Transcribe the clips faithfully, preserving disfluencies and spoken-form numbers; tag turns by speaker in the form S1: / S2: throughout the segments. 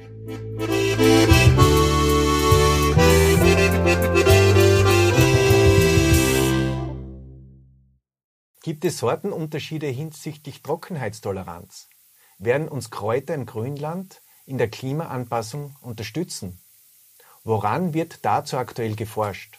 S1: Gibt es Sortenunterschiede hinsichtlich Trockenheitstoleranz? Werden uns Kräuter im Grünland in der Klimaanpassung unterstützen? Woran wird dazu aktuell geforscht?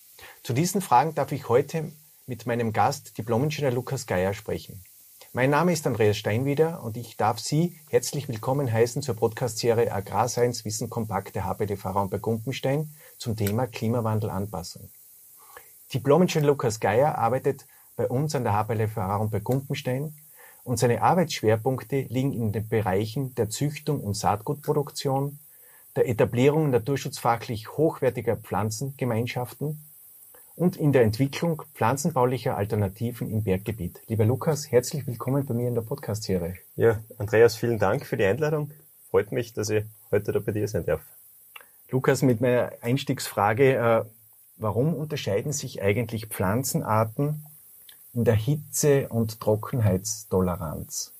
S1: Zu diesen Fragen darf ich heute mit meinem Gast, Diplom-Ingenieur Lukas Geier, sprechen. Mein Name ist Andreas Steinwieder und ich darf Sie herzlich willkommen heißen zur Podcast-Serie Agrarscience Wissen Kompakt der H P L V Raum bei Gumpenstein zum Thema Klimawandel-Anpassung. Diplom-Ingenieur Lukas Geier arbeitet bei uns an der H P L V Raum bei Gumpenstein und seine Arbeitsschwerpunkte liegen in den Bereichen der Züchtung und Saatgutproduktion, der Etablierung naturschutzfachlich hochwertiger Pflanzengemeinschaften und in der Entwicklung pflanzenbaulicher Alternativen im Berggebiet. Lieber Lukas, herzlich willkommen bei mir in der Podcast-Serie.
S2: Ja, Andreas, vielen Dank für die Einladung. Freut mich, dass ich heute da bei dir sein darf.
S1: Lukas, mit meiner Einstiegsfrage, äh, warum unterscheiden sich eigentlich Pflanzenarten in der Hitze- und Trockenheitstoleranz?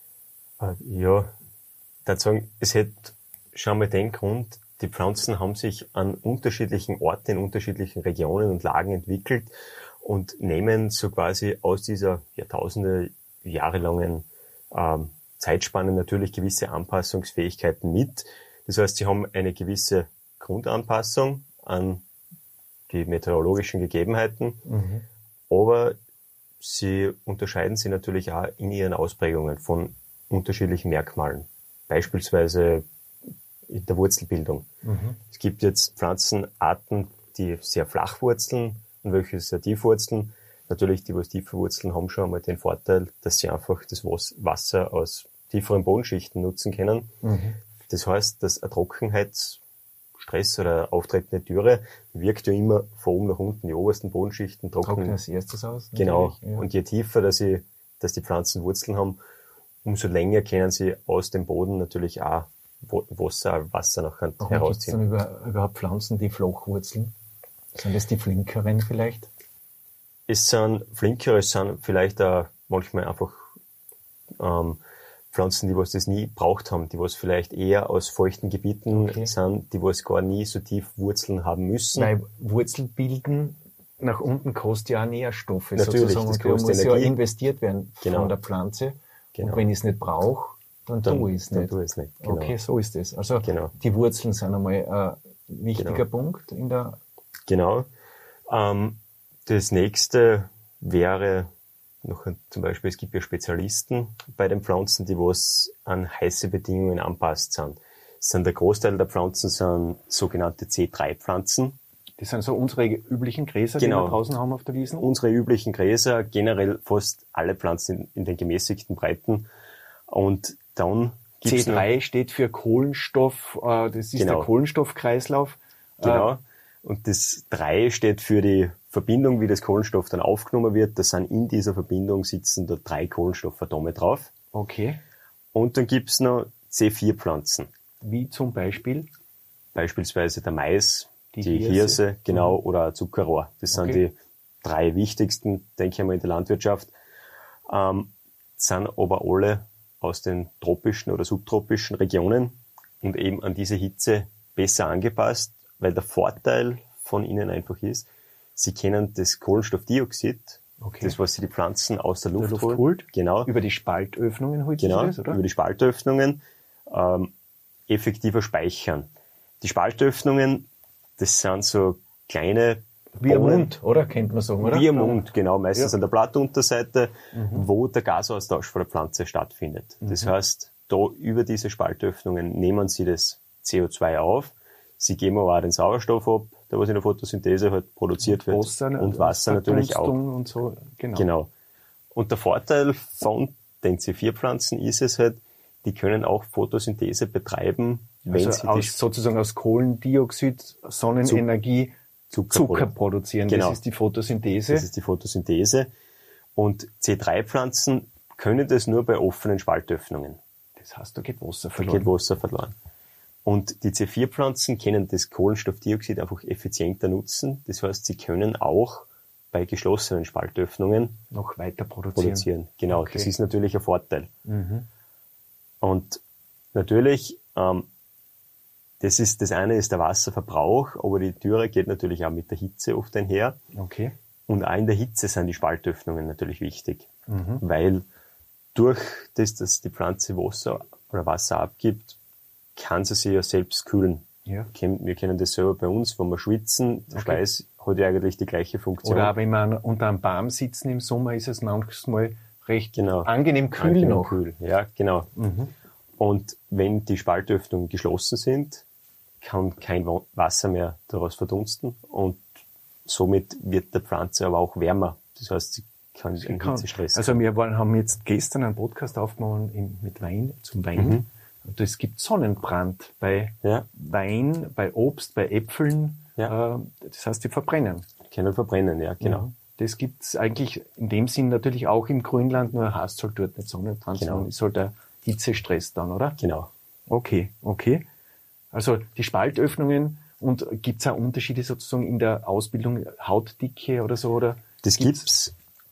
S2: Äh, ja, ich würde sagen, es hätte schon mal den Grund, die Pflanzen haben sich an unterschiedlichen Orten, in unterschiedlichen Regionen und Lagen entwickelt und nehmen so quasi aus dieser Jahrtausende, jahrelangen ähm, Zeitspanne natürlich gewisse Anpassungsfähigkeiten mit. Das heißt, sie haben eine gewisse Grundanpassung an die meteorologischen Gegebenheiten, mhm. aber sie unterscheiden sich natürlich auch in ihren Ausprägungen von unterschiedlichen Merkmalen. Beispielsweise in der Wurzelbildung. Mhm. Es gibt jetzt Pflanzenarten, die sehr flach wurzeln und welche sehr tief wurzeln. Natürlich, die, was tiefer wurzeln, haben schon einmal den Vorteil, dass sie einfach das Wasser aus tieferen Bodenschichten nutzen können. Mhm. Das heißt, dass ein Trockenheitsstress oder auftretende Dürre wirkt ja immer von oben nach unten. Die obersten Bodenschichten trocknen. Trocknen
S1: als erstes aus.
S2: Genau.
S1: Ja.
S2: Und je tiefer, dass, sie, dass die Pflanzen Wurzeln haben, umso länger können sie aus dem Boden natürlich auch Wasser, Wasser noch herausziehen.
S1: Warum gibt es dann über, überhaupt Pflanzen, die flach wurzeln? Sind das die flinkeren vielleicht?
S2: Es sind flinkere, es sind vielleicht auch manchmal einfach ähm, Pflanzen, die was das nie braucht haben, die was vielleicht eher aus feuchten Gebieten okay. sind, die was gar nie so tief Wurzeln haben müssen.
S1: Weil Wurzelbilden nach unten kostet ja auch Nährstoffe
S2: natürlich,
S1: sozusagen.
S2: das
S1: und da muss
S2: Energie.
S1: ja investiert werden
S2: genau.
S1: von der Pflanze.
S2: Genau.
S1: Und wenn ich es nicht brauche, Dann, dann tue ich es nicht.
S2: Dann es nicht. Genau.
S1: Okay, so ist es. Also
S2: genau.
S1: die Wurzeln sind einmal ein wichtiger
S2: genau.
S1: Punkt in der...
S2: Genau. Ähm, das nächste wäre noch zum Beispiel, es gibt ja Spezialisten bei den Pflanzen, die was an heiße Bedingungen anpasst sind. Das sind der Großteil der Pflanzen sind sogenannte C drei Pflanzen.
S1: Das sind so unsere üblichen Gräser,
S2: genau.
S1: die wir draußen haben auf der Wiesn?
S2: Unsere üblichen Gräser, generell fast alle Pflanzen in, in den gemäßigten Breiten. Und dann
S1: C drei steht für Kohlenstoff, äh, das ist
S2: genau.
S1: der Kohlenstoffkreislauf.
S2: Genau. Äh, und das drei steht für die Verbindung, wie das Kohlenstoff dann aufgenommen wird. Das sind in dieser Verbindung sitzen da drei Kohlenstoffatome drauf.
S1: Okay.
S2: Und dann gibt's noch C vier Pflanzen.
S1: Wie zum Beispiel?
S2: Beispielsweise der Mais, die, die Hirse,
S1: Hirse
S2: genau, mhm. oder Zuckerrohr. Das okay. sind die drei wichtigsten, denke ich mal, in der Landwirtschaft. Ähm, sind aber alle aus den tropischen oder subtropischen Regionen und eben an diese Hitze besser angepasst, weil der Vorteil von ihnen einfach ist, sie können das Kohlenstoffdioxid, okay. das, was sie die Pflanzen aus der Luft,
S1: der Luft
S2: holen,
S1: holt,
S2: genau,
S1: über die Spaltöffnungen holt
S2: genau,
S1: sie das, oder?
S2: über die Spaltöffnungen ähm, effektiver speichern. Die Spaltöffnungen, das sind so kleine
S1: Wie ein Mund, oder? Kennt man sagen, oder?
S2: Wie ein Mund, genau. Meistens
S1: ja.
S2: an der Blattunterseite, mhm. wo der Gasaustausch von der Pflanze stattfindet. Mhm. Das heißt, da über diese Spaltöffnungen nehmen sie das C O zwei auf. Sie geben aber auch den Sauerstoff ab, der was in der Photosynthese halt produziert
S1: und
S2: wird.
S1: Wasser,
S2: und Wasser natürlich auch.
S1: Und so. Genau.
S2: genau. Und der Vorteil von den C vier Pflanzen ist es halt, die können auch Photosynthese betreiben, wenn
S1: also
S2: sie
S1: aus,
S2: die
S1: sozusagen aus Kohlendioxid, Sonnenenergie, Zucker, Zucker produzieren.
S2: Genau.
S1: Das ist die Photosynthese.
S2: Das ist die Photosynthese. Und C drei Pflanzen können das nur bei offenen Spaltöffnungen.
S1: Das heißt, da geht Wasser
S2: verloren. Da geht Wasser verloren. Und die C vier Pflanzen können das Kohlenstoffdioxid einfach effizienter nutzen. Das heißt, sie können auch bei geschlossenen Spaltöffnungen
S1: noch weiter produzieren.
S2: produzieren. Genau,
S1: okay.
S2: Das ist natürlich ein Vorteil.
S1: Mhm.
S2: Und natürlich, ähm, Das ist, das eine ist der Wasserverbrauch, aber die Dürre geht natürlich auch mit der Hitze oft einher.
S1: Okay.
S2: Und auch in der Hitze sind die Spaltöffnungen natürlich wichtig,
S1: Mhm.
S2: weil durch das, dass die Pflanze Wasser oder Wasser abgibt, kann sie sich ja selbst kühlen.
S1: Ja.
S2: Wir kennen das selber bei uns, wenn wir schwitzen, der
S1: Okay.
S2: Schweiß hat ja eigentlich die gleiche Funktion.
S1: Oder auch wenn wir an- unter einem Baum sitzen im Sommer, ist es manchmal recht
S2: Genau.
S1: angenehm kühl
S2: Angenehm
S1: noch.
S2: Kühl. Ja, genau.
S1: Mhm.
S2: Und wenn die Spaltöffnungen geschlossen sind, kann kein Wa- Wasser mehr daraus verdunsten und somit wird der Pflanze aber auch wärmer. Das heißt, sie kann einen
S1: Kann.
S2: Hitzestress.
S1: Also wir waren, haben jetzt gestern einen Podcast aufgenommen im, mit Wein, zum Wein.
S2: Mhm.
S1: Und es gibt Sonnenbrand bei
S2: Ja,
S1: Wein, bei Obst, bei Äpfeln.
S2: Ja.
S1: Äh, das heißt, die verbrennen.
S2: können verbrennen, ja, genau.
S1: Ja. Das gibt's eigentlich in dem Sinn natürlich auch im Grünland, nur hast du halt dort nicht Sonnenbrand,
S2: Genau.
S1: sondern ist halt der Hitzestress dann, oder?
S2: Genau.
S1: Okay, okay. Also die Spaltöffnungen, und gibt's auch Unterschiede sozusagen in der Ausbildung, Hautdicke oder so? Oder
S2: Das gibt's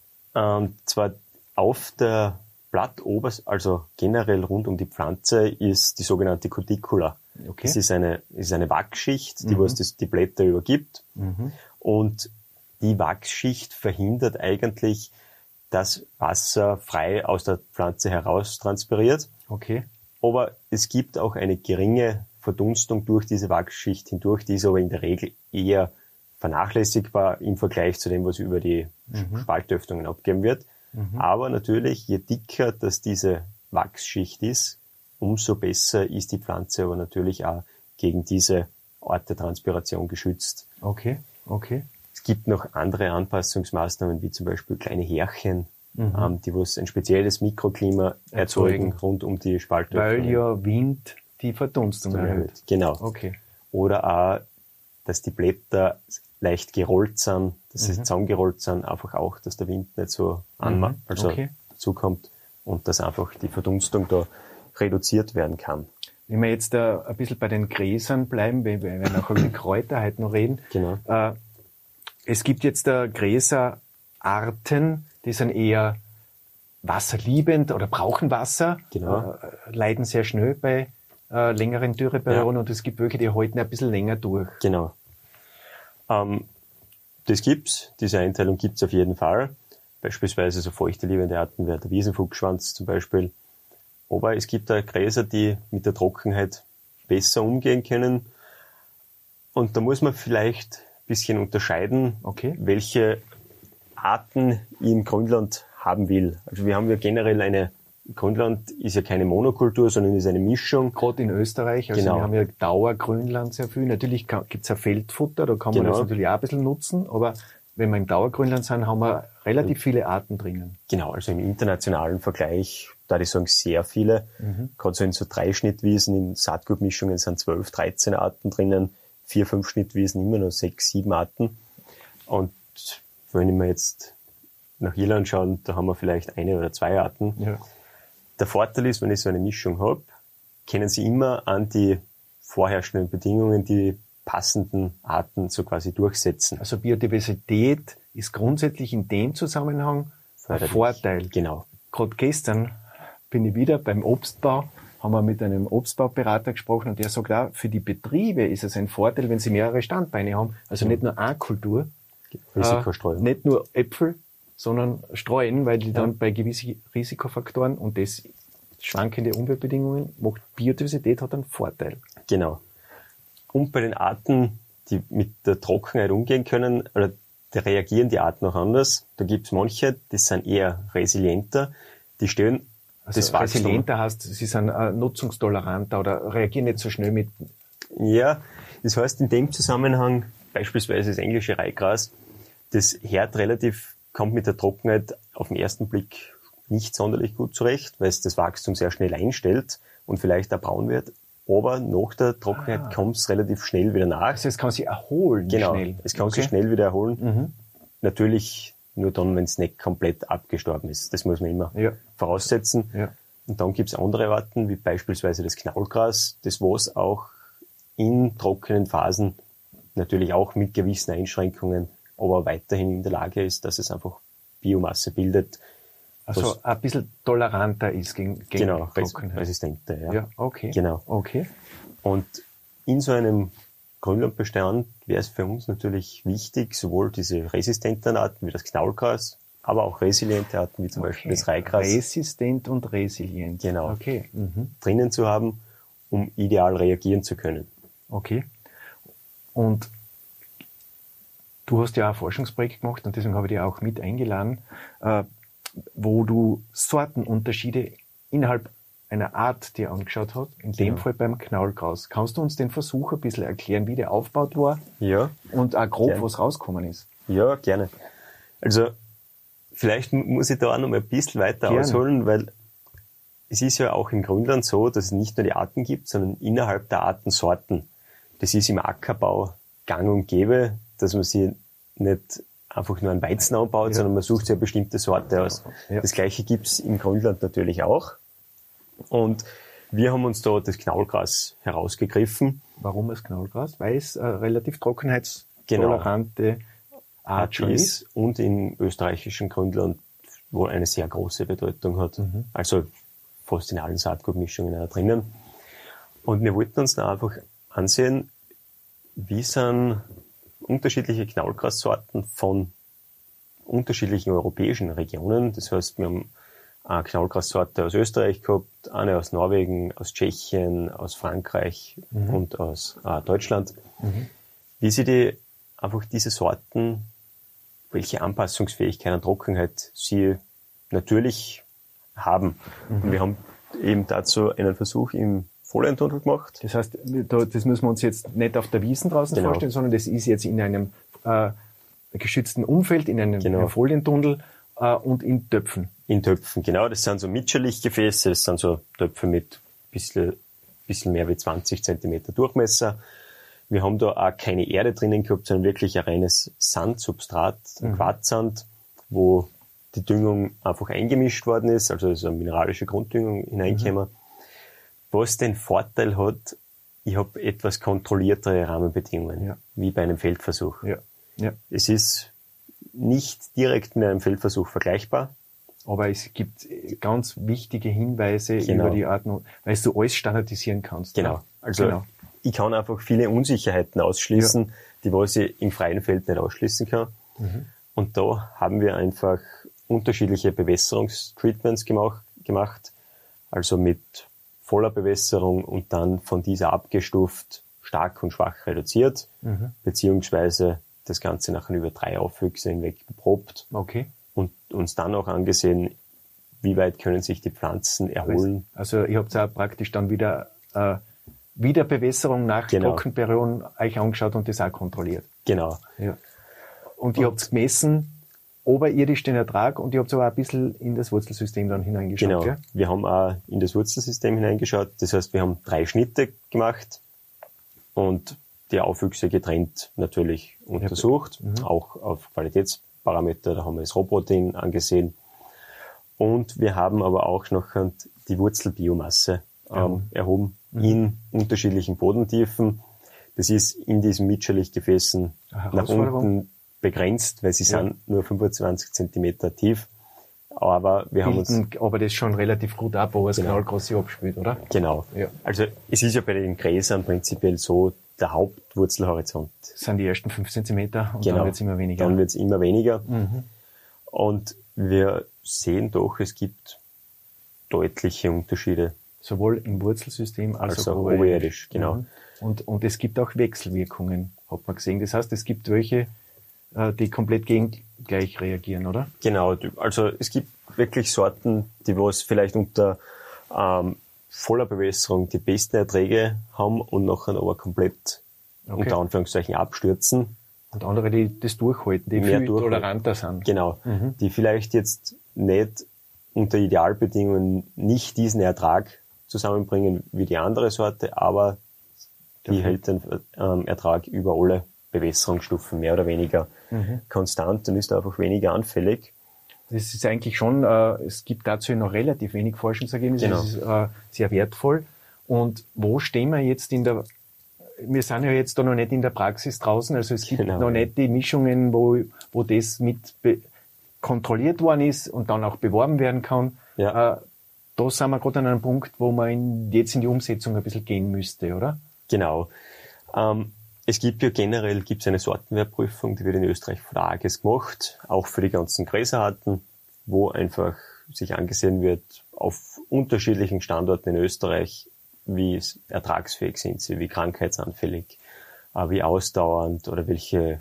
S2: ähm, zwar auf der Blattoberseite, also generell rund um die Pflanze, ist die sogenannte Cuticula.
S1: Okay.
S2: Das ist eine, ist eine Wachsschicht, die
S1: Mhm.
S2: was das, die Blätter übergibt.
S1: Mhm.
S2: Und die Wachsschicht verhindert eigentlich, dass Wasser frei aus der Pflanze heraus transpiriert.
S1: Okay.
S2: Aber es gibt auch eine geringe Verdunstung durch diese Wachsschicht hindurch, die ist aber in der Regel eher vernachlässigbar im Vergleich zu dem, was über die
S1: Mhm.
S2: Spaltöffnungen abgeben wird.
S1: Mhm.
S2: Aber natürlich, je dicker das diese Wachsschicht ist, umso besser ist die Pflanze aber natürlich auch gegen diese Art der Transpiration geschützt.
S1: Okay. Okay.
S2: Es gibt noch andere Anpassungsmaßnahmen, wie zum Beispiel kleine Härchen,
S1: Mhm.
S2: ähm, die was ein spezielles Mikroklima erzeugen,
S1: Erzeugen.
S2: rund um die
S1: Weil
S2: Spaltöffnungen.
S1: ja Wind die Verdunstung erhöht.
S2: Genau.
S1: Okay.
S2: Oder auch, dass die Blätter leicht gerollt sind, dass sie
S1: Mhm.
S2: zusammengerollt sind, einfach auch, dass der Wind nicht so anma-
S1: Mhm.
S2: also
S1: Okay.
S2: dazukommt und dass einfach die Verdunstung da reduziert werden kann.
S1: Wenn wir jetzt äh, ein bisschen bei den Gräsern bleiben, weil wir werden auch über die Kräuter heute noch reden.
S2: Genau.
S1: Äh, es gibt jetzt äh, Gräserarten, die sind eher wasserliebend oder brauchen Wasser,
S2: Genau.
S1: äh, leiden sehr schnell bei äh, längeren Dürreperioden, und es gibt welche, die halten ein bisschen länger durch.
S2: Genau. Ähm, das gibt's, diese Einteilung gibt's auf jeden Fall. Beispielsweise so feuchte liebende Arten wie der Wiesenfuchsschwanz zum Beispiel. Aber es gibt auch Gräser, die mit der Trockenheit besser umgehen können. Und da muss man vielleicht ein bisschen unterscheiden,
S1: Okay.
S2: welche Arten ich im Grünland haben will. Also wir haben ja generell eine, Grünland ist ja keine Monokultur, sondern ist eine Mischung.
S1: Gerade in Österreich, also
S2: Genau.
S1: wir haben ja Dauergrünland sehr viel. Natürlich gibt es ein Feldfutter, da kann man
S2: Genau.
S1: das natürlich auch ein bisschen nutzen, aber wenn wir im Dauergrünland sind, haben wir relativ viele Arten drinnen.
S2: Genau, also im internationalen Vergleich, da ich sagen, sehr viele.
S1: Mhm.
S2: Gerade so in so Dreischnittwiesen, in Saatgutmischungen sind zwölf, dreizehn Arten drinnen, vier, fünf Schnittwiesen immer nur sechs, sieben Arten. Und wenn wir jetzt nach Irland schauen, da haben wir vielleicht eine oder zwei Arten.
S1: Ja.
S2: Der Vorteil ist, wenn ich so eine Mischung habe, können Sie immer an die vorherrschenden Bedingungen die passenden Arten so quasi durchsetzen.
S1: Also Biodiversität ist grundsätzlich in dem Zusammenhang ein
S2: Förderlich.
S1: Vorteil.
S2: Genau.
S1: Gerade gestern bin ich wieder beim Obstbau, haben wir mit einem Obstbauberater gesprochen, und der sagt auch, für die Betriebe ist es ein Vorteil, wenn sie mehrere Standbeine haben. Also nicht nur eine Kultur,
S2: Risikostreuung.
S1: äh, nicht nur Äpfel, sondern streuen, weil die dann bei gewissen Risikofaktoren und das schwankende Umweltbedingungen macht Biodiversität hat einen Vorteil.
S2: Genau. Und bei den Arten, die mit der Trockenheit umgehen können, oder da reagieren die Arten auch anders. Da gibt es manche, die sind eher resilienter, die stellen
S1: Also
S2: das Wachstum.
S1: resilienter heißt, sie sind äh, nutzungstoleranter oder reagieren nicht so schnell mit.
S2: Ja, das heißt in dem Zusammenhang, beispielsweise das englische Reihgras, das hört relativ, kommt mit der Trockenheit auf den ersten Blick nicht sonderlich gut zurecht, weil es das Wachstum sehr schnell einstellt und vielleicht auch braun wird. Aber nach der Trockenheit
S1: Ah.
S2: kommt es relativ schnell wieder nach.
S1: Also es kann sich erholen
S2: Genau,
S1: schnell.
S2: es kann
S1: Okay.
S2: sich schnell wieder erholen.
S1: Mhm.
S2: Natürlich nur dann, wenn es nicht komplett abgestorben ist. Das muss man immer
S1: Ja.
S2: voraussetzen.
S1: Ja.
S2: Und dann gibt es andere Arten, wie beispielsweise das Knaulgras, das was auch in trockenen Phasen natürlich auch mit gewissen Einschränkungen, aber weiterhin in der Lage ist, dass es einfach Biomasse bildet.
S1: Also
S2: was-
S1: ein bisschen toleranter ist gegen, gegen
S2: Genau, res
S1: Trockenheit.
S2: resistenter. Ja.
S1: Ja, okay.
S2: Genau.
S1: Okay.
S2: Und in so einem Grünlandbestand wäre es für uns natürlich wichtig, sowohl diese resistenten Arten wie das Knaulgras, aber auch resiliente Arten wie zum okay. Beispiel das Reihgras.
S1: Resistent und resilient.
S2: Genau.
S1: Okay. Mhm.
S2: Drinnen zu haben, um ideal reagieren zu können.
S1: Okay. Und du hast ja auch ein Forschungsprojekt gemacht und deswegen habe ich dich auch mit eingeladen, äh, wo du Sortenunterschiede innerhalb einer Art dir angeschaut hast, in dem
S2: genau.
S1: Fall beim Knaulgras. Kannst du uns den Versuch ein bisschen erklären, wie der aufgebaut war?
S2: Ja.
S1: Und auch grob,
S2: gerne.
S1: was rausgekommen ist?
S2: Ja, gerne. Also vielleicht muss ich da auch noch mal ein bisschen weiter
S1: gerne.
S2: ausholen, weil es ist ja auch im Grünland so, dass es nicht nur die Arten gibt, sondern innerhalb der Arten Sorten. Das ist im Ackerbau gang und gäbe, dass man sich nicht einfach nur einen Weizen anbaut, ja. sondern man sucht sich eine bestimmte Sorte aus. Ja. Das Gleiche gibt's im Grünland natürlich auch. Und wir haben uns da das Knaulgras herausgegriffen.
S1: Warum das Knaulgras? Weil es äh, relativ trockenheitstolerante genau. Art schon ist. ist.
S2: Und im österreichischen Grünland wohl eine sehr große Bedeutung hat. Mhm. Also fast in allen Saatgutmischungen auch drinnen. Und wir wollten uns da einfach ansehen, wie sind unterschiedliche Knaulgrassorten von unterschiedlichen europäischen Regionen. Das heißt, wir haben eine Knaulgrassorte aus Österreich gehabt, eine aus Norwegen, aus Tschechien, aus Frankreich mhm. und aus äh, Deutschland. Mhm. Wie sie die, einfach diese Sorten, welche Anpassungsfähigkeit an Trockenheit sie natürlich haben. Mhm. Und wir haben eben dazu einen Versuch im Folientunnel gemacht.
S1: Das heißt, das müssen wir uns jetzt nicht auf der Wiesn draußen genau. vorstellen, sondern das ist jetzt in einem äh, geschützten Umfeld, in einem, genau. einem Folientunnel äh, und in Töpfen.
S2: In Töpfen, genau. Das sind so Mitscherlichgefäße, das sind so Töpfe mit bisschen, bisschen mehr wie zwanzig Zentimeter Durchmesser. Wir haben da auch keine Erde drinnen gehabt, sondern wirklich ein reines Sandsubstrat, ein mhm. Quarzsand, wo die Düngung einfach eingemischt worden ist, also es ist eine mineralische Grunddüngung hineingekommen. Mhm. Was den Vorteil hat, ich habe etwas kontrolliertere Rahmenbedingungen, ja. wie bei einem Feldversuch. Ja. Ja. Es ist nicht direkt mit einem Feldversuch vergleichbar.
S1: Aber es gibt ganz wichtige Hinweise
S2: genau.
S1: über die Arten, weil du alles standardisieren kannst.
S2: Genau.
S1: Ja?
S2: Also
S1: genau.
S2: ich kann einfach viele Unsicherheiten ausschließen, ja. die was ich im freien Feld nicht ausschließen kann. Mhm. Und da haben wir einfach unterschiedliche Bewässerungstreatments gemacht, gemacht, also mit voller Bewässerung und dann von dieser abgestuft, stark und schwach reduziert, mhm. beziehungsweise das Ganze nachher über drei Aufwüchse hinweg beprobt.
S1: Okay.
S2: Und uns dann auch angesehen, wie weit können sich die Pflanzen erholen.
S1: Also ihr habt auch praktisch dann wieder äh, Wiederbewässerung nach
S2: genau.
S1: Trockenperioden euch angeschaut und das auch kontrolliert.
S2: Genau.
S1: Ja. Und ihr habt gemessen, oberirdisch den Ertrag und ihr habt aber auch ein bisschen in das Wurzelsystem dann hineingeschaut.
S2: Genau.
S1: Ja?
S2: Wir haben auch in das Wurzelsystem hineingeschaut. Das heißt, wir haben drei Schnitte gemacht und die Aufwüchse getrennt natürlich untersucht, ja. mhm. auch auf Qualitätsparameter. Da haben wir das Rohprotein angesehen. Und wir haben aber auch noch die Wurzelbiomasse ähm, mhm. erhoben mhm. in unterschiedlichen Bodentiefen. Das ist in diesen Mitscherlichgefäßen nach unten begrenzt, weil sie ja. sind nur fünfundzwanzig Zentimeter tief. Aber wir haben uns...
S1: Aber das ist schon relativ gut ab, wo es genau groß abspielt, oder?
S2: Genau. Ja. Also es ist ja bei den Gräsern prinzipiell so, der Hauptwurzelhorizont.
S1: Das sind die ersten fünf Zentimeter und
S2: genau.
S1: dann wird es immer weniger.
S2: Dann wird es immer weniger.
S1: Mhm.
S2: Und wir sehen doch, es gibt deutliche Unterschiede.
S1: Sowohl im Wurzelsystem als,
S2: als
S1: auch
S2: oberirdisch. oberirdisch. Genau.
S1: Mhm. Und, und es gibt auch Wechselwirkungen, hat man gesehen. Das heißt, es gibt welche, die komplett gegengleich reagieren, oder?
S2: Genau. Also es gibt wirklich Sorten, die was vielleicht unter ähm, voller Bewässerung die besten Erträge haben und nachher aber komplett okay. unter Anführungszeichen abstürzen.
S1: Und andere, die das durchhalten, die
S2: mehr
S1: viel
S2: durchhalten.
S1: toleranter sind.
S2: Genau.
S1: Mhm.
S2: Die vielleicht jetzt nicht unter Idealbedingungen nicht diesen Ertrag zusammenbringen wie die andere Sorte, aber die okay. hält den ähm, Ertrag über alle Bewässerungsstufen mehr oder weniger mhm. konstant und ist einfach weniger anfällig.
S1: Das ist eigentlich schon, äh, es gibt dazu noch relativ wenig Forschungsergebnisse,
S2: genau.
S1: das ist äh, sehr wertvoll. Und wo stehen wir jetzt in der, wir sind ja jetzt da noch nicht in der Praxis draußen, also es gibt genau. noch nicht die Mischungen, wo, wo das mit be- kontrolliert worden ist und dann auch beworben werden kann.
S2: Ja.
S1: Äh, da sind wir gerade an einem Punkt, wo man in, jetzt in die Umsetzung ein bisschen gehen müsste, oder?
S2: Genau. Ähm, es gibt ja generell gibt's eine Sortenwertprüfung, die wird in Österreich von der A G E S gemacht, auch für die ganzen Gräserarten, wo einfach sich angesehen wird, auf unterschiedlichen Standorten in Österreich, wie ertragsfähig sind sie, wie krankheitsanfällig, äh, wie ausdauernd oder welche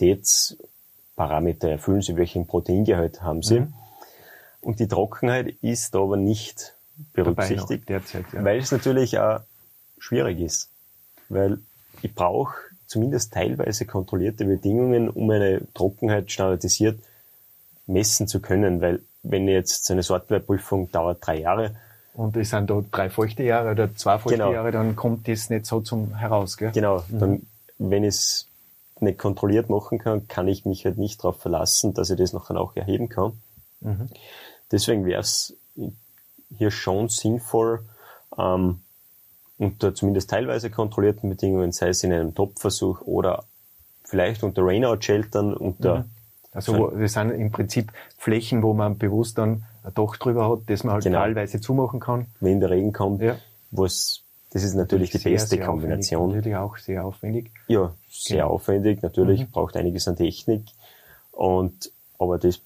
S2: Qualitätsparameter erfüllen sie, welchen Proteingehalt haben sie. Mhm. Und die Trockenheit ist da aber nicht berücksichtigt, derzeit, ja. Weil es natürlich auch schwierig ist. Weil ich brauche zumindest teilweise kontrollierte Bedingungen, um eine Trockenheit standardisiert messen zu können. Weil wenn jetzt so eine Sortenwertprüfung dauert drei Jahre.
S1: Und es sind da drei feuchte Jahre oder zwei feuchte genau. Jahre, dann kommt das nicht so zum heraus, gell?
S2: Genau.
S1: Mhm.
S2: Dann, wenn ich es nicht kontrolliert machen kann, kann ich mich halt nicht darauf verlassen, dass ich das nachher auch erheben kann. Mhm. Deswegen wäre es hier schon sinnvoll, ähm, unter zumindest teilweise kontrollierten Bedingungen, sei es in einem Topfversuch oder vielleicht unter Rainout-Sheltern, unter...
S1: Mhm. Also wo, das sind im Prinzip Flächen, wo man bewusst dann ein Dach drüber hat, das man halt genau. teilweise zumachen kann.
S2: Wenn der Regen kommt, ja. was, das ist natürlich, natürlich die
S1: sehr,
S2: beste
S1: sehr
S2: Kombination.
S1: Natürlich auch sehr aufwendig.
S2: Ja, sehr genau. aufwendig, natürlich,
S1: mhm.
S2: braucht einiges an Technik. Und, aber das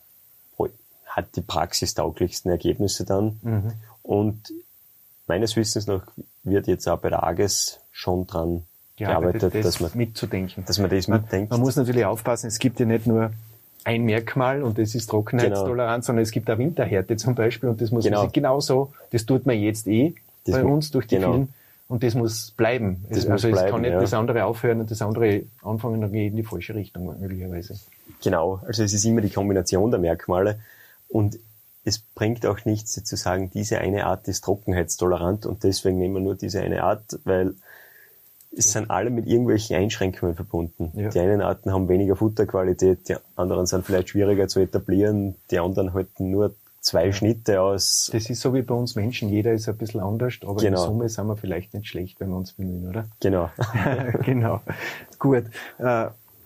S2: hat die praxistauglichsten Ergebnisse dann. Mhm. Und meines Wissens nach wird jetzt auch bei der A G E S schon dran gearbeitet,
S1: gearbeitet das
S2: dass man
S1: mitzudenken.
S2: Dass man das
S1: man,
S2: mitdenkt.
S1: Man muss natürlich aufpassen, es gibt ja nicht nur ein Merkmal und das ist Trockenheitstoleranz, genau. sondern es gibt auch Winterhärte zum Beispiel und das muss genau. man sich genauso, das tut man jetzt eh das bei uns durch die genau. vielen und das muss bleiben.
S2: Das
S1: es,
S2: muss
S1: also
S2: bleiben,
S1: es kann nicht
S2: ja.
S1: das andere aufhören und das andere anfangen, dann geht in die falsche Richtung möglicherweise.
S2: Genau, also es ist immer die Kombination der Merkmale und es bringt auch nichts zu sagen, diese eine Art ist trockenheitstolerant und deswegen nehmen wir nur diese eine Art, weil es sind alle mit irgendwelchen Einschränkungen verbunden. Ja. Die einen Arten haben weniger Futterqualität, die anderen sind vielleicht schwieriger zu etablieren, die anderen halten nur zwei ja. Schnitte aus.
S1: Das ist so wie bei uns Menschen, jeder ist ein bisschen anders, aber genau. in der Summe sind wir vielleicht nicht schlecht, wenn wir uns bemühen, oder?
S2: Genau.
S1: Genau. Gut. Äh,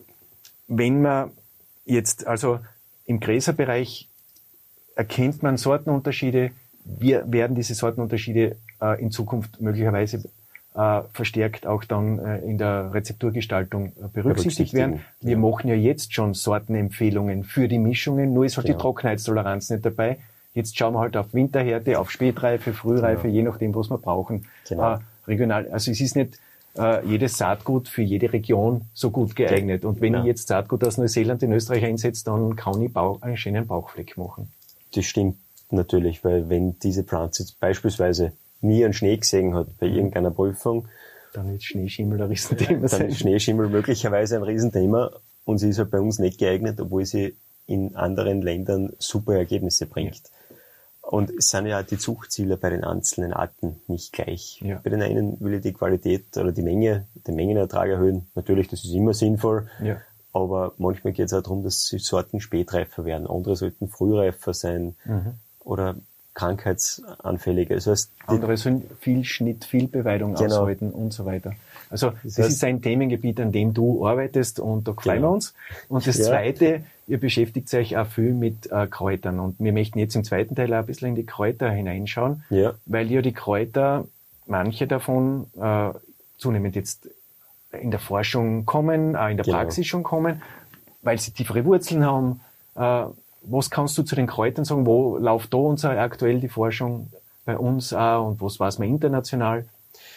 S1: wenn man jetzt, also im Gräserbereich erkennt man Sortenunterschiede, wir werden diese Sortenunterschiede äh, in Zukunft möglicherweise äh, verstärkt auch dann äh, in der Rezepturgestaltung äh, berücksichtigt werden. Wir ja. machen ja jetzt schon Sortenempfehlungen für die Mischungen, nur ist halt genau. die Trockenheitstoleranz nicht dabei. Jetzt schauen wir halt auf Winterhärte, auf Spätreife, Frühreife, genau. je nachdem, was wir brauchen. Genau. Äh, regional, also es ist nicht äh, jedes Saatgut für jede Region so gut geeignet. Und wenn ja. ich jetzt Saatgut aus Neuseeland in Österreich einsetze, dann kann ich Bauch, einen schönen Bauchfleck machen.
S2: Das stimmt natürlich, weil wenn diese Pflanze beispielsweise nie einen Schnee gesehen hat bei irgendeiner Prüfung,
S1: dann wird Schneeschimmel ein Riesenthema sein.
S2: Dann ist Schneeschimmel möglicherweise ein Riesenthema und sie ist halt bei uns nicht geeignet, obwohl sie in anderen Ländern super Ergebnisse bringt. Ja. Und es sind ja auch die Zuchtziele bei den einzelnen Arten nicht gleich. Ja. Bei den einen will ich die Qualität oder die Menge, den Mengenertrag erhöhen. Natürlich, das ist immer sinnvoll. Ja. Aber manchmal geht es auch darum, dass die Sorten spätreifer werden. Andere sollten frühreifer sein mhm. oder krankheitsanfälliger. Also
S1: andere sollen viel Schnitt, viel Beweidung genau. aushalten und so weiter. Also das, das heißt, ist ein Themengebiet, an dem du arbeitest und da freuen genau. wir uns. Und das ja. Zweite, ihr beschäftigt euch auch viel mit äh, Kräutern und wir möchten jetzt im zweiten Teil auch ein bisschen in die Kräuter hineinschauen, ja. weil ja die Kräuter, manche davon äh, zunehmend jetzt in der Forschung kommen, auch in der genau. Praxis schon kommen, weil sie tiefere Wurzeln haben. Äh, was kannst du zu den Kräutern sagen? Wo läuft da unsere aktuell die Forschung bei uns auch und was weiß man international?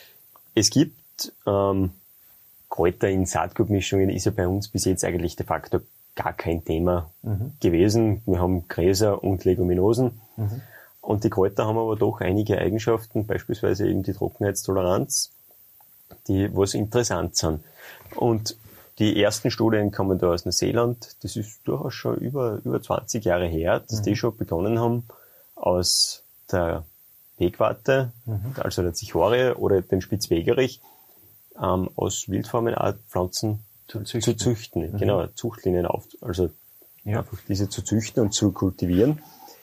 S2: Es gibt ähm, Kräuter in Saatgutmischungen, ist ja bei uns bis jetzt eigentlich de facto gar kein Thema mhm. gewesen. Wir haben Gräser und Leguminosen. Mhm. Und die Kräuter haben aber doch einige Eigenschaften, beispielsweise eben die Trockenheitstoleranz, die was interessant sind. Und die ersten Studien kommen da aus Neuseeland. Das ist durchaus schon über, über zwanzig Jahre her, dass mhm. die schon begonnen haben, aus der Pegwarte, mhm. also der Zichorie oder dem Spitzwegerich, ähm, aus Wildformenart Pflanzen zu züchten. Zu züchten. Mhm. Genau, Zuchtlinien auf, also ja. einfach diese zu züchten und zu kultivieren.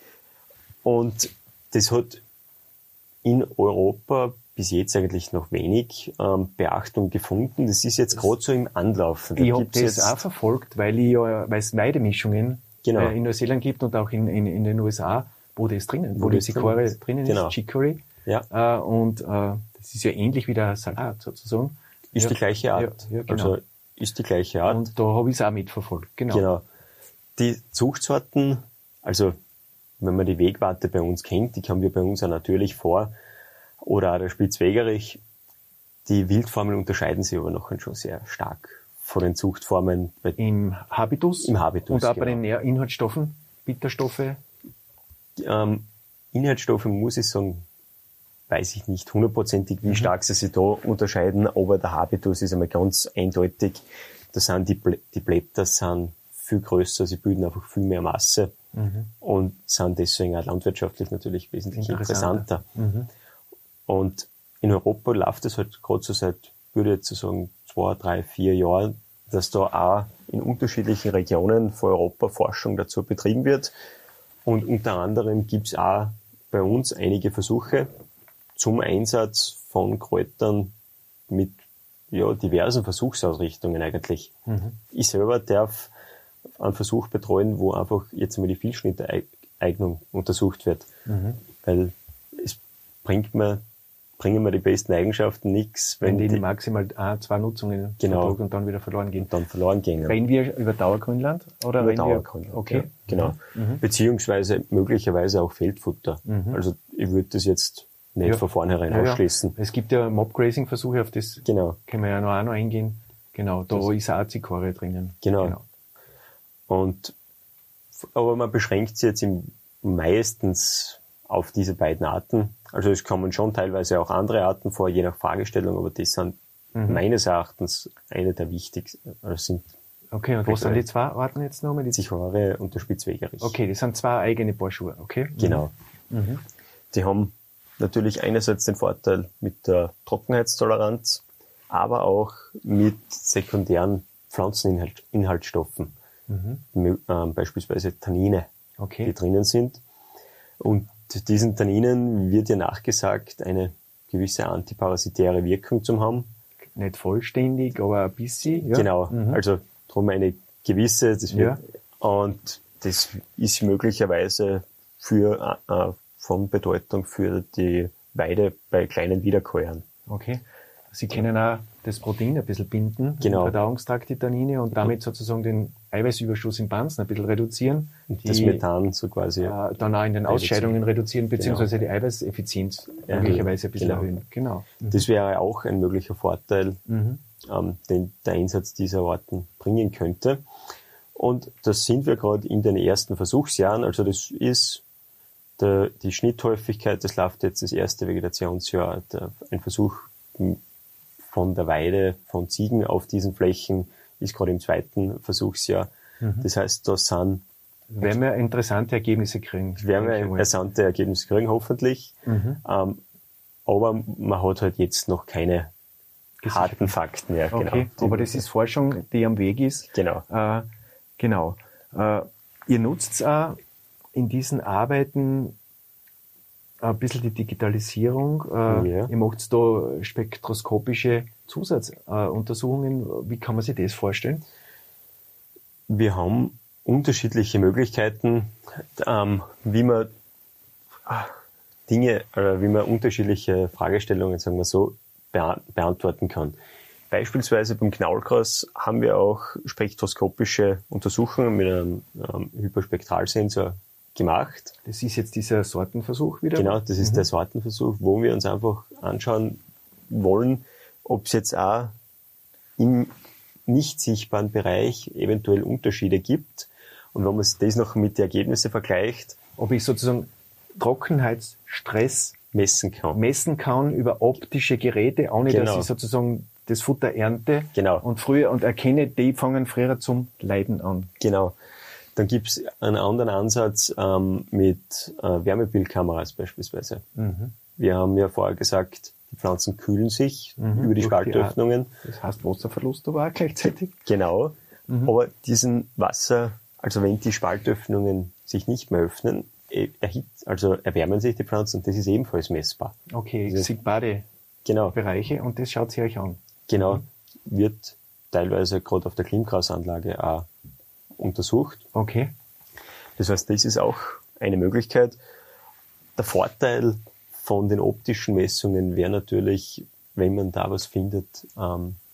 S2: Und das hat in Europa bis jetzt eigentlich noch wenig ähm, Beachtung gefunden. Das ist jetzt gerade so im Anlauf.
S1: Da ich habe das jetzt auch verfolgt, weil ich ja, weil es Weidemischungen genau. äh, in Neuseeland gibt und auch in, in, in den U S A, wo das drinnen, wo, wo die Chicory drinnen, drinnen
S2: genau.
S1: ist, Chicory. Ja. Äh, und äh, das ist ja ähnlich wie der Salat sozusagen.
S2: ist
S1: ja.
S2: die gleiche Art.
S1: Ja, ja, genau.
S2: Also ist die gleiche Art.
S1: Und da habe ich es auch mitverfolgt. Genau.
S2: Genau. Die Zuchtsorten, also wenn man die Wegwarte bei uns kennt, die kommen wir bei uns auch natürlich vor, oder auch der Spitzwegerich, die Wildformen unterscheiden sich aber noch schon sehr stark von den Zuchtformen.
S1: Im Habitus?
S2: Im Habitus,
S1: und auch
S2: genau.
S1: bei den Inhaltsstoffen, Bitterstoffe?
S2: Ähm, Inhaltsstoffe muss ich sagen, weiß ich nicht hundertprozentig, wie
S1: mhm.
S2: stark sie sich da unterscheiden, aber der Habitus ist einmal ganz eindeutig. Da sind die, Blä- die Blätter sind viel größer, sie bilden einfach viel mehr Masse mhm. und sind deswegen auch landwirtschaftlich natürlich wesentlich interessanter.
S1: Mhm.
S2: Und in Europa läuft es halt gerade so seit, würde ich jetzt so sagen, zwei, drei, vier Jahren, dass da auch in unterschiedlichen Regionen von Europa Forschung dazu betrieben wird. Und unter anderem gibt's auch bei uns einige Versuche zum Einsatz von Kräutern mit ja, diversen Versuchsausrichtungen eigentlich. Mhm. Ich selber darf einen Versuch betreuen, wo einfach jetzt mal die Vielschnitteignung untersucht wird. Mhm. Weil es bringt mir, bringen mir die besten Eigenschaften nichts,
S1: wenn, wenn die, die maximal ein, zwei Nutzungen
S2: genau.
S1: und dann wieder verloren gehen.
S2: Und dann verloren gehen.
S1: Reden wir über Dauergrünland? Oder
S2: über
S1: reden
S2: Dauergrünland,
S1: wir, okay.
S2: Ja, genau. Mhm. Beziehungsweise möglicherweise auch Feldfutter. Mhm. Also ich würde das jetzt nicht
S1: ja.
S2: von vornherein
S1: ja,
S2: ausschließen.
S1: Ja. Es gibt ja Mobgrazing-Versuche, auf das
S2: genau.
S1: können wir ja noch, auch noch eingehen. Genau, da das ist auch Zikorie drinnen.
S2: Genau. genau. Und, aber man beschränkt sich jetzt im, meistens auf diese beiden Arten. Also es kommen schon teilweise auch andere Arten vor, je nach Fragestellung, aber das sind mhm. meines Erachtens eine der wichtigsten. Also sind
S1: okay, und was sind die zwei Arten jetzt nochmal?
S2: Die Zichore und der Spitzwegerich.
S1: Okay, das sind zwei eigene Paar Schuhe, okay?
S2: Genau. Mhm. Die haben natürlich einerseits den Vorteil mit der Trockenheitstoleranz, aber auch mit sekundären Pflanzeninhaltsstoffen, mhm. ähm, beispielsweise Tannine,
S1: okay.
S2: die drinnen sind. Und diesen Tanninen wird ja nachgesagt, eine gewisse antiparasitäre Wirkung zu haben.
S1: Nicht vollständig, aber ein bisschen. Ja.
S2: Genau, mhm. also darum eine gewisse. Das wird,
S1: ja.
S2: Und das ist möglicherweise für, äh, von Bedeutung für die Weide bei kleinen Wiederkäuern.
S1: Okay. Sie können auch das Protein ein bisschen binden,
S2: genau.
S1: im Verdauungstrakt, die Tannine, und damit sozusagen den Eiweißüberschuss im Pansen ein bisschen reduzieren.
S2: Die, das Methan so quasi.
S1: Äh, dann auch in den Ausscheidungen reduzieren, beziehungsweise genau. die Eiweißeffizienz ja, möglicherweise ein bisschen
S2: genau.
S1: erhöhen. Genau.
S2: Mhm. Das wäre auch ein möglicher Vorteil, mhm. ähm, den der Einsatz dieser Arten bringen könnte. Und das sind wir gerade in den ersten Versuchsjahren. Also das ist der, die Schnitthäufigkeit, das läuft jetzt das erste Vegetationsjahr, der, ein Versuch von der Weide von Ziegen auf diesen Flächen ist gerade im zweiten Versuchsjahr. Mhm. Das heißt, da sind...
S1: Werden wir interessante Ergebnisse kriegen.
S2: Werden wir interessante Ergebnisse kriegen, hoffentlich. Mhm. Ähm, aber man hat halt jetzt noch keine harten Fakten mehr.
S1: Okay, genau. Aber das ist Forschung, die am Weg ist.
S2: Genau.
S1: Äh, genau. Äh, ihr nutzt auch in diesen Arbeiten ein bisschen die Digitalisierung. Äh,
S2: ja.
S1: Ihr macht da spektroskopische Zusatzuntersuchungen. Äh, Wie kann man sich das vorstellen?
S2: Wir haben unterschiedliche Möglichkeiten, ähm, wie man Dinge, äh, wie man unterschiedliche Fragestellungen, sagen wir so, bea- beantworten kann. Beispielsweise beim Knaulgras haben wir auch spektroskopische Untersuchungen mit einem ähm, Hyperspektralsensor gemacht.
S1: Das ist jetzt dieser Sortenversuch wieder?
S2: Genau, das ist mhm. der Sortenversuch, wo wir uns einfach anschauen wollen, ob es jetzt auch im nicht sichtbaren Bereich eventuell Unterschiede gibt. Und wenn man das noch mit den Ergebnissen vergleicht,
S1: ob ich sozusagen Trockenheitsstress
S2: messen kann.
S1: Messen kann über optische Geräte, ohne
S2: genau.
S1: dass ich sozusagen das Futter ernte.
S2: Genau.
S1: Und früher und erkenne, die fangen früher zum Leiden an.
S2: Genau. Dann gibt's einen anderen Ansatz ähm, mit äh, Wärmebildkameras beispielsweise. Mhm. Wir haben ja vorher gesagt, die Pflanzen kühlen sich mhm. über die Spaltöffnungen.
S1: Das heißt Wasserverlust aber auch gleichzeitig.
S2: Genau. Mhm. Aber diesen Wasser, also wenn die Spaltöffnungen sich nicht mehr öffnen, erhitzt, also erwärmen sich die Pflanzen und das ist ebenfalls messbar.
S1: Okay, ich sehe beide
S2: genau.
S1: Bereiche und das schaut sich euch an.
S2: Genau. Wird teilweise gerade auf der Klimgrasanlage auch untersucht.
S1: Okay.
S2: Das heißt, das ist auch eine Möglichkeit. Der Vorteil von den optischen Messungen wäre natürlich, wenn man da was findet, ähm,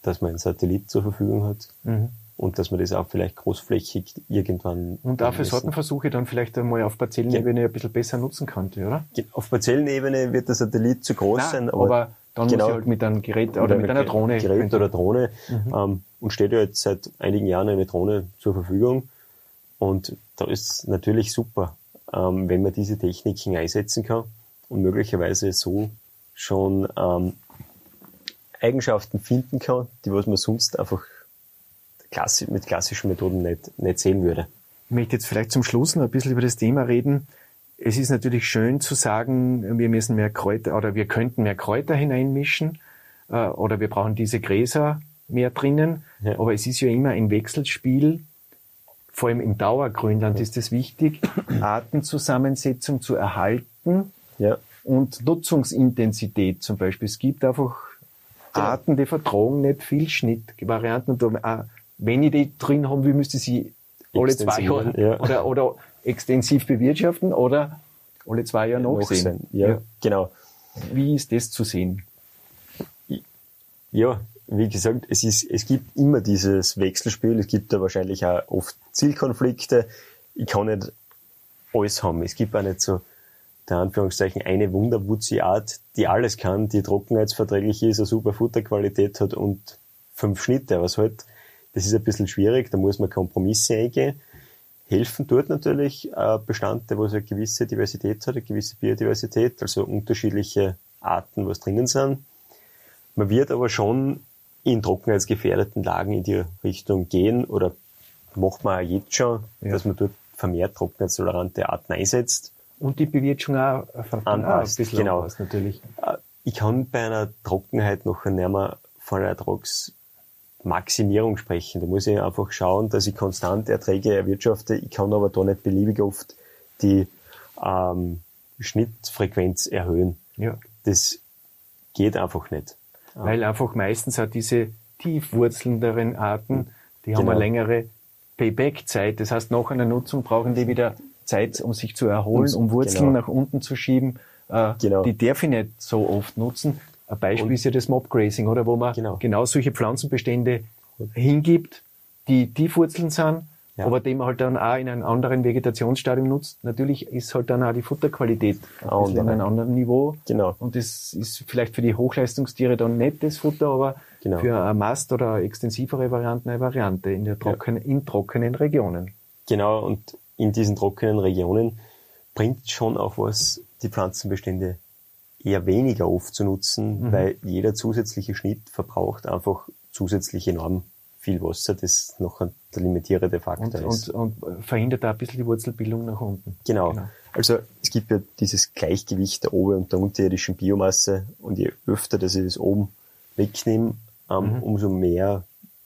S2: dass man einen Satellit zur Verfügung hat mhm. und dass man das auch vielleicht großflächig irgendwann...
S1: Und auch für Sortenversuche dann vielleicht einmal auf Parzellenebene ja. ein bisschen besser nutzen könnte, oder?
S2: Auf Parzellenebene wird der Satellit zu groß Nein, sein, aber,
S1: aber dann genau, muss ich halt mit einem Gerät oder mit, mit einer Drohne...
S2: Gerät oder Drohne mhm. ähm, und steht ja jetzt seit einigen Jahren eine Drohne zur Verfügung und da ist natürlich super, ähm, wenn man diese Techniken einsetzen kann und möglicherweise so schon ähm, Eigenschaften finden kann, die was man sonst einfach klassi- mit klassischen Methoden nicht, nicht sehen würde.
S1: Ich möchte jetzt vielleicht zum Schluss noch ein bisschen über das Thema reden. Es ist natürlich schön zu sagen, wir müssen mehr Kräuter oder wir könnten mehr Kräuter hineinmischen äh, oder wir brauchen diese Gräser mehr drinnen. Ja. Aber es ist ja immer ein Wechselspiel. Vor allem im Dauergrünland ja. ist es wichtig, Artenzusammensetzung zu erhalten ja. und Nutzungsintensität zum Beispiel. Es gibt einfach genau. Arten, die vertragen nicht viel Schnittvarianten. Und da, wenn ich die drin haben will, müsste ich sie alle zwei Jahre ja. oder, oder extensiv bewirtschaften oder alle zwei Jahre nachsehen.
S2: Ja, ja, genau.
S1: Wie ist das zu sehen?
S2: Ja, wie gesagt, es ist, es gibt immer dieses Wechselspiel. Es gibt da wahrscheinlich auch oft Zielkonflikte. Ich kann nicht alles haben. Es gibt auch nicht so, der Anführungszeichen, eine Wunderwutzi-Art, die alles kann, die trockenheitsverträglich ist, eine super Futterqualität hat und fünf Schnitte. Aber halt, das ist ein bisschen schwierig. Da muss man Kompromisse eingehen. Helfen tut natürlich äh, Bestandteile, wo es eine gewisse Diversität hat, eine gewisse Biodiversität, also unterschiedliche Arten, was drinnen sind. Man wird aber schon in trockenheitsgefährdeten Lagen in die Richtung gehen oder macht man auch jetzt schon, ja. dass man dort vermehrt trockenheitstolerante Arten einsetzt.
S1: Und die Bewirtschaftung auch
S2: anpasst.
S1: Ein bisschen
S2: genau.
S1: anpasst, natürlich.
S2: Ich kann bei einer Trockenheit noch nicht mehr von einer Ertragsmaximierung sprechen. Da muss ich einfach schauen, dass ich konstant Erträge erwirtschafte. Ich kann aber da nicht beliebig oft die ähm, Schnittfrequenz erhöhen.
S1: Ja.
S2: Das geht einfach nicht.
S1: Weil einfach meistens auch diese tiefwurzelnderen Arten, die genau. haben eine längere Payback-Zeit. Das heißt, nach einer Nutzung brauchen die wieder Zeit, um sich zu erholen, um Wurzeln genau. nach unten zu schieben. Äh, genau. Die darf ich nicht so oft nutzen. Ein Beispiel Und ist ja das Mobgrazing, oder, wo man genau, genau solche Pflanzenbestände hingibt, die tiefwurzeln sind, ja. aber die man halt dann auch in einem anderen Vegetationsstadium nutzt. Natürlich ist halt dann auch die Futterqualität ein bisschen in einem anderen Niveau.
S2: Genau.
S1: Und das ist vielleicht für die Hochleistungstiere dann nicht das Futter, aber genau. für eine Mast- oder eine extensivere Variante eine Variante in, der trockenen, ja. in trockenen Regionen.
S2: Genau, und in diesen trockenen Regionen bringt schon auch was, die Pflanzenbestände eher weniger oft zu nutzen, mhm. weil jeder zusätzliche Schnitt verbraucht einfach zusätzlich enorm viel Wasser, das noch ein limitierender Faktor
S1: und,
S2: ist.
S1: Und, und verhindert da ein bisschen die Wurzelbildung nach unten.
S2: Genau. genau. Also es gibt ja dieses Gleichgewicht der ober- und der unterirdischen Biomasse und je öfter, dass ich das oben wegnehme, ähm, mhm. umso mehr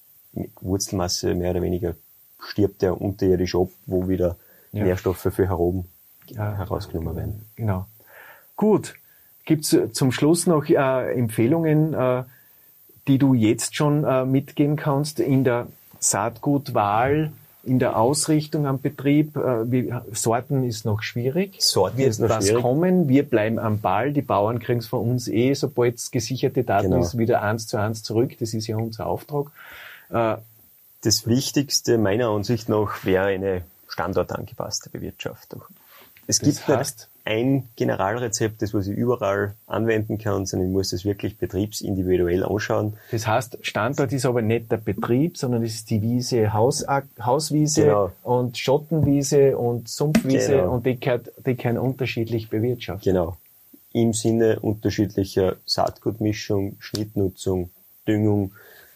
S2: Wurzelmasse mehr oder weniger stirbt der unterirdisch ab, wo wieder ja. Nährstoffe für heroben ja, herausgenommen werden.
S1: Genau. Gut. Gibt's zum Schluss noch äh, Empfehlungen, äh, die du jetzt schon äh, mitgeben kannst in der Saatgutwahl, in der Ausrichtung am Betrieb? Äh, wie, Sorten ist noch schwierig.
S2: Sorten ist noch
S1: was
S2: schwierig.
S1: kommen, wir bleiben am Ball, die Bauern kriegen es von uns eh, sobald es gesicherte Daten
S2: genau.
S1: ist, wieder eins zu eins zurück. Das ist ja unser Auftrag. Äh,
S2: das Wichtigste meiner Ansicht nach wäre eine standortangepasste Bewirtschaftung. Es
S1: das
S2: gibt heißt, nicht ein Generalrezept, das was ich überall anwenden kann, sondern ich muss das wirklich betriebsindividuell anschauen.
S1: Das heißt, Standort ist aber nicht der Betrieb, sondern es ist die Wiese, Haus, Hauswiese genau. und Schottenwiese und Sumpfwiese genau. und die können, die können unterschiedlich bewirtschaftet.
S2: Genau. Im Sinne unterschiedlicher Saatgutmischung, Schnittnutzung, Düngung.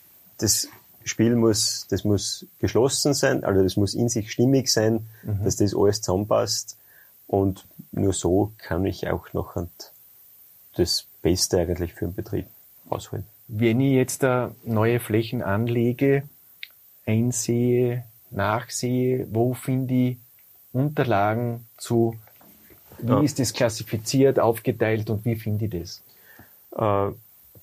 S2: Das Spiel muss, das muss geschlossen sein, also das muss in sich stimmig sein, mhm. dass das alles zusammenpasst. Und nur so kann ich auch noch das Beste eigentlich für den Betrieb rausholen.
S1: Wenn ich jetzt da neue Flächen anlege, einsehe, nachsehe, wo finde ich Unterlagen zu, wie ja. ist das klassifiziert, aufgeteilt und wie finde ich das?
S2: Äh,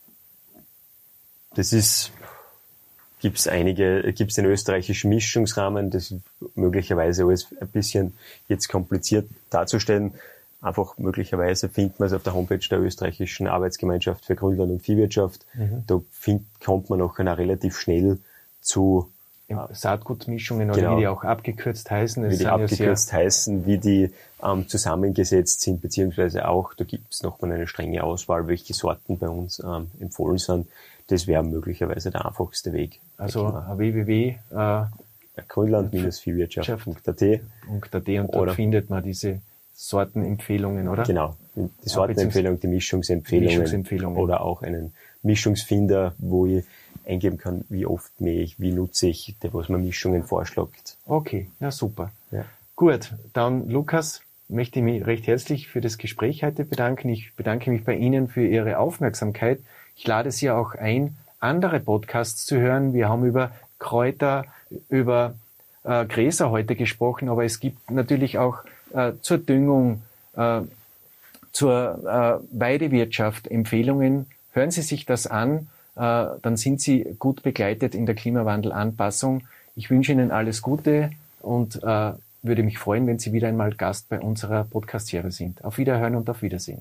S2: das ist, gibt's einige, gibt's den österreichischen Mischungsrahmen, das ist möglicherweise alles ein bisschen jetzt kompliziert darzustellen. einfach möglicherweise findet man es auf der Homepage der österreichischen Arbeitsgemeinschaft für Grünland und Viehwirtschaft. Mhm. Da find, kommt man auch relativ schnell zu
S1: Saatgutmischungen oder
S2: genau,
S1: wie die auch abgekürzt heißen.
S2: Das wie die abgekürzt ja heißen, wie die ähm, zusammengesetzt sind, beziehungsweise auch, da gibt es nochmal eine strenge Auswahl, welche Sorten bei uns ähm, empfohlen sind. Das wäre möglicherweise der einfachste Weg.
S1: Also w w w punkt
S2: grünland Viehwirtschaft punkt a t
S1: und dort oder findet man diese Sortenempfehlungen, oder?
S2: Genau, die Sortenempfehlung, die Mischungsempfehlungen,
S1: Mischungsempfehlungen
S2: oder auch einen Mischungsfinder, wo ich eingeben kann, wie oft mähe ich, wie nutze ich, was man Mischungen vorschlägt.
S1: Okay, ja super.
S2: Ja.
S1: Gut, dann Lukas, möchte ich mich recht herzlich für das Gespräch heute bedanken. Ich bedanke mich bei Ihnen für Ihre Aufmerksamkeit. Ich lade Sie auch ein, andere Podcasts zu hören. Wir haben über Kräuter, über äh, Gräser heute gesprochen, aber es gibt natürlich auch äh, zur Düngung, äh, zur äh, Weidewirtschaft Empfehlungen. Hören Sie sich das an, äh, dann sind Sie gut begleitet in der Klimawandelanpassung. Ich wünsche Ihnen alles Gute und äh, würde mich freuen, wenn Sie wieder einmal Gast bei unserer Podcast-Serie sind. Auf Wiederhören und auf Wiedersehen.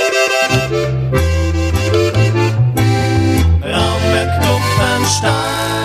S3: Raumberg Klumpenstein.